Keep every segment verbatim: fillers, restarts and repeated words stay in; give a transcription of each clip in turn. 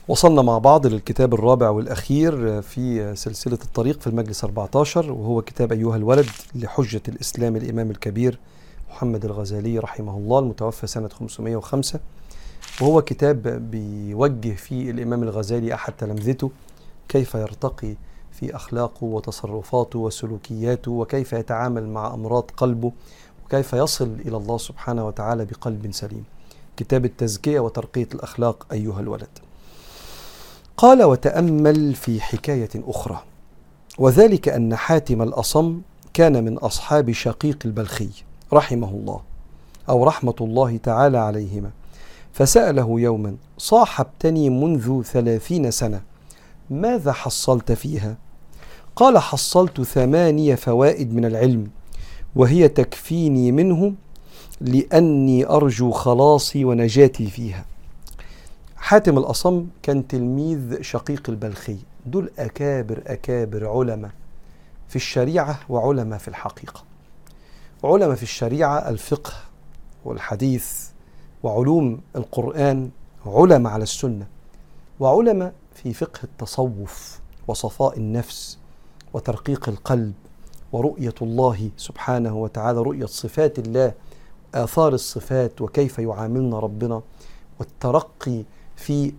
وصلنا مع بعض للكتاب الرابع والأخير في سلسلة الطريق في المجلس أربعة عشر، وهو كتاب أيها الولد لحجة الإسلام الإمام الكبير محمد الغزالي رحمه الله المتوفى سنة خمسمائة وخمسة. وهو كتاب بيوجه فيه الإمام الغزالي أحد تلامذته كيف يرتقي في أخلاقه وتصرفاته وسلوكياته، وكيف يتعامل مع أمراض قلبه، وكيف يصل إلى الله سبحانه وتعالى بقلب سليم. كتاب التزكية وترقية الأخلاق أيها الولد. قال: وتأمل في حكاية أخرى، وذلك أن حاتم الأصم كان من أصحاب شقيق البلخي رحمه الله أو رحمة الله تعالى عليهما، فسأله يوما: صاحبتني منذ ثلاثين سنة، ماذا حصلت فيها؟ قال: حصلت ثمانية فوائد من العلم، وهي تكفيني منه لأني أرجو خلاصي ونجاتي فيها. حاتم الأصم كان تلميذ شقيق البلخي، دول أكابر أكابر علماء في الشريعة وعلماء في الحقيقة. علماء في الشريعة الفقه والحديث وعلوم القرآن، علماء على السنة، وعلماء في فقه التصوف وصفاء النفس وترقيق القلب ورؤية الله سبحانه وتعالى، رؤية صفات الله، آثار الصفات وكيف يعاملنا ربنا، والترقي في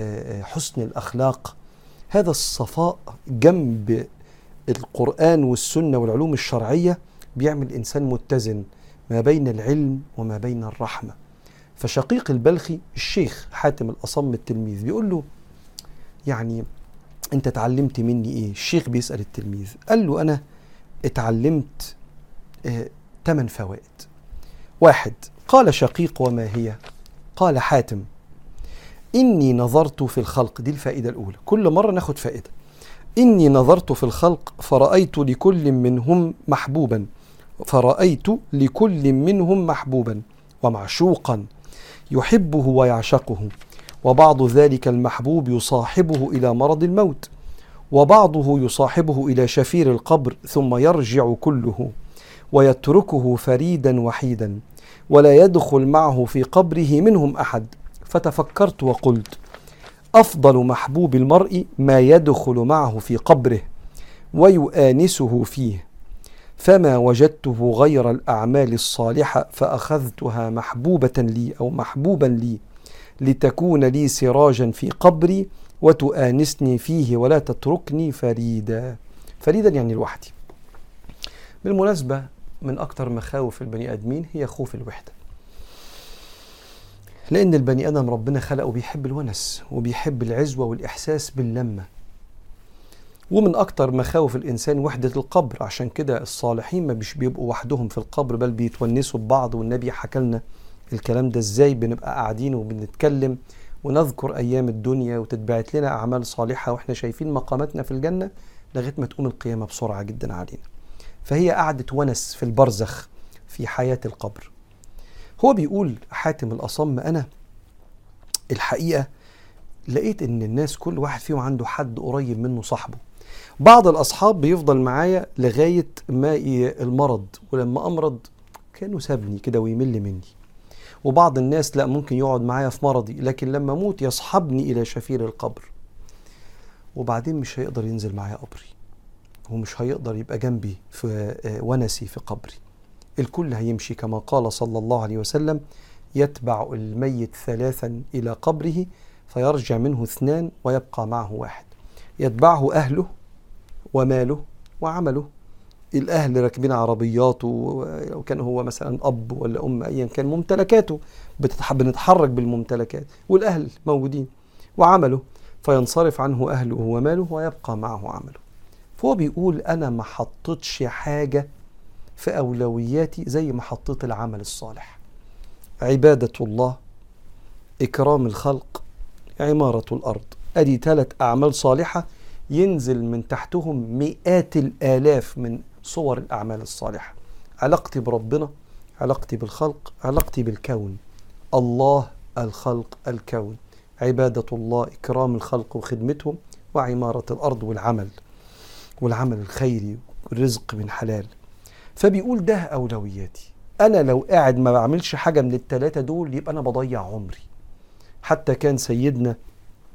حسن الأخلاق. هذا الصفاء جنب القرآن والسنة والعلوم الشرعية بيعمل إنسان متزن ما بين العلم وما بين الرحمة. فشقيق البلخي الشيخ حاتم الأصم التلميذ بيقول له: يعني أنت اتعلمت مني إيه؟ الشيخ بيسأل التلميذ، قال له: أنا اتعلمت ثمان اه فوائد. واحد. قال شقيق: وما هي؟ قال حاتم: إني نظرت في الخلق. دي الفائدة الأولى، كل مرة ناخد فائدة. إني نظرت في الخلق فرأيت لكل منهم محبوبا فرأيت لكل منهم محبوبا ومعشوقا يحبه ويعشقه، وبعض ذلك المحبوب يصاحبه إلى مرض الموت، وبعضه يصاحبه إلى شفير القبر ثم يرجع كله ويتركه فريدا وحيدا ولا يدخل معه في قبره منهم أحد. فتفكرت وقلت: أفضل محبوب المرء ما يدخل معه في قبره ويؤانسه فيه، فما وجدته غير الأعمال الصالحة فأخذتها محبوبة لي أو محبوبا لي لتكون لي سراجا في قبري وتؤانسني فيه ولا تتركني فريدا. فريدا يعني لوحدي. بالمناسبة من أكتر مخاوف البني آدمين هي خوف الوحدة، لأن البني آدم ربنا خلقه بيحب الونس وبيحب العزوة والإحساس باللمة. ومن أكتر مخاوف الإنسان وحدة القبر، عشان كده الصالحين ما مش بيبقوا وحدهم في القبر بل بيتونسوا ببعض. والنبي حكى لنا الكلام ده إزاي بنبقى قاعدين وبنتكلم ونذكر أيام الدنيا وتتبعت لنا أعمال صالحة وإحنا شايفين مقاماتنا في الجنة لغاية ما تقوم القيامة بسرعة جدا علينا. فهي قعدة ونس في البرزخ في حياة القبر. هو بيقول حاتم الأصم: أنا الحقيقة لقيت إن الناس كل واحد فيهم عنده حد قريب منه صاحبه. بعض الأصحاب بيفضل معايا لغاية ما المرض، ولما أمرض كانوا سابني كده ويمل مني. وبعض الناس لا، ممكن يقعد معايا في مرضي لكن لما أموت يصحبني إلى شفير القبر، وبعدين مش هيقدر ينزل معايا قبري ومش هيقدر يبقى جنبي في ونسي في قبري. الكل هيمشي كما قال صلى الله عليه وسلم: يتبع الميت ثلاثا إلى قبره فيرجع منه اثنان ويبقى معه واحد. يتبعه أهله وماله وعمله. الأهل راكبين عربياته، لو كان هو مثلا أب ولا أم أيا كان ممتلكاته بنتحرك بالممتلكات، والأهل موجودين وعمله، فينصرف عنه أهله وماله ويبقى معه عمله. فهو بيقول: أنا ما حطتش حاجة في أولوياتي زي ما حطيت العمل الصالح، عبادة الله، إكرام الخلق، عمارة الأرض. أدي ثلاث أعمال صالحة ينزل من تحتهم مئات الآلاف من صور الأعمال الصالحة. علاقتي بربنا، علاقتي بالخلق، علاقتي بالكون. الله، الخلق، الكون، عبادة الله، إكرام الخلق وخدمتهم، وعمارة الأرض والعمل والعمل الخيري والرزق من حلال. فبيقول ده أولوياتي. أنا لو قاعد ما بعملش حاجة من الثلاثة دول يبقى أنا بضيع عمري. حتى كان سيدنا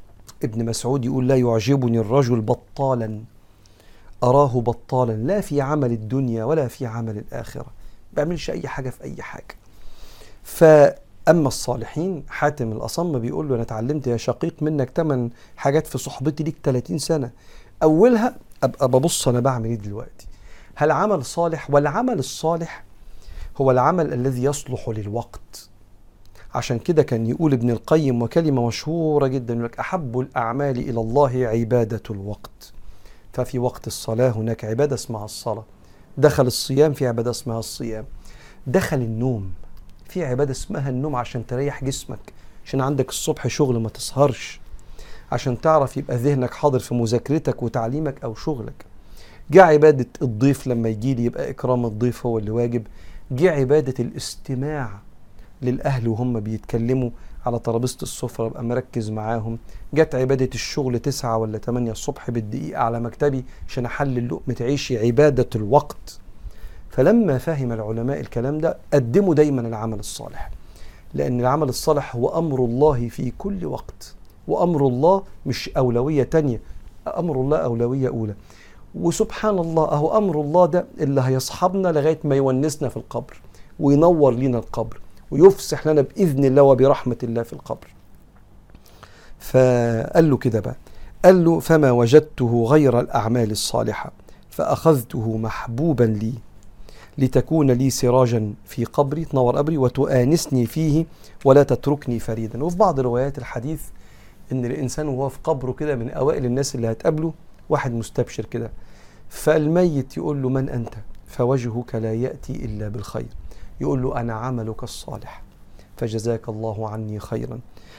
ابن مسعود يقول لا يعجبني الرجل بطالا أراه بطالا لا في عمل الدنيا ولا في عمل الآخرة، ما بيعملش أي حاجة في أي حاجة. فأما الصالحين، حاتم الأصم بيقول له أنا اتعلمت يا شقيق منك ثمان حاجات في صحبتي ليك ثلاثين سنة، أولها أبقى ببص أنا بعمل إيه دلوقتي، هل عمل صالح؟ والعمل الصالح هو العمل الذي يصلح للوقت. عشان كده كان يقول ابن القيم وكلمة مشهورة جدا، يقول لك أحب الأعمال إلى الله عبادة الوقت. ففي وقت الصلاة هناك عبادة اسمها الصلاة، دخل الصيام في عبادة اسمها الصيام، دخل النوم في عبادة اسمها النوم عشان تريح جسمك، عشان عندك الصبح شغل ما تسهرش، عشان تعرف يبقى ذهنك حاضر في مذاكرتك وتعليمك أو شغلك. جاء عبادة الضيف لما يجي لي يبقى إكرام الضيف هو اللي واجب. جاء عبادة الاستماع للأهل وهم بيتكلموا على ترابيزة السفرة أبقى مركز معاهم. جت عبادة الشغل تسعة ولا تمانية الصبح بالدقيقة على مكتبي عشان أحلل لقمة عيشي، عبادة الوقت. فلما فهم العلماء الكلام ده قدموا دايما العمل الصالح، لأن العمل الصالح هو أمر الله في كل وقت، وأمر الله مش أولوية تانية، أمر الله أولوية أولى. وسبحان الله أهو أمر الله ده اللي هيصحبنا لغاية ما يونسنا في القبر وينور لنا القبر ويفسح لنا بإذن الله وبرحمة الله في القبر. فقال له كده بقى، قال له فما وجدته غير الأعمال الصالحة فأخذته محبوبا لي لتكون لي سراجا في قبري، تنور قبري وتؤانسني فيه ولا تتركني فريدا. وفي بعض روايات الحديث إن الإنسان وهو في قبره كده من أوائل الناس اللي هتقابله واحد مستبشر كده، فالميت يقول له من أنت؟ فوجهك لا يأتي إلا بالخير. يقول له أنا عملك الصالح فجزاك الله عني خيرا،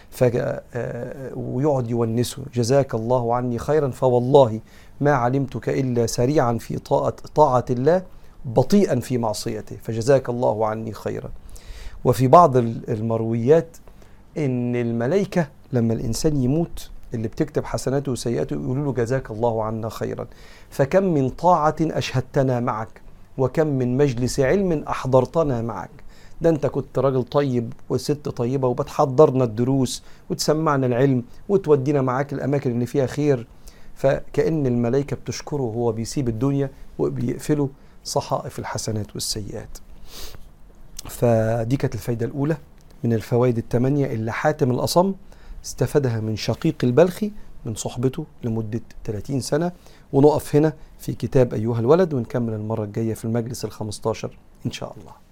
ويقعد يونسه جزاك الله عني خيرا فوالله ما علمتك إلا سريعا في طاعة, طاعة الله بطيئا في معصيته فجزاك الله عني خيرا. وفي بعض المرويات إن الملائكة لما الإنسان يموت اللي بتكتب حسناته وسيئاته يقولوا له جزاك الله عنا خيرا، فكم من طاعة أشهدتنا معك وكم من مجلس علم أحضرتنا معك. ده أنت كنت راجل طيب وست طيبة وبتحضرنا الدروس وتسمعنا العلم وتودينا معاك الأماكن اللي فيها خير. فكأن الملائكة بتشكره وهو بيسيب الدنيا وبيقفلوا صحائف الحسنات والسيئات. فدي كانت الفايدة الأولى من الفوائد الثمانية اللي حاتم الأصم استفادها من شقيق البلخي من صحبته لمدة ثلاثين سنة. ونقف هنا في كتاب أيها الولد ونكمل المرة الجاية في المجلس الخمستاشر إن شاء الله.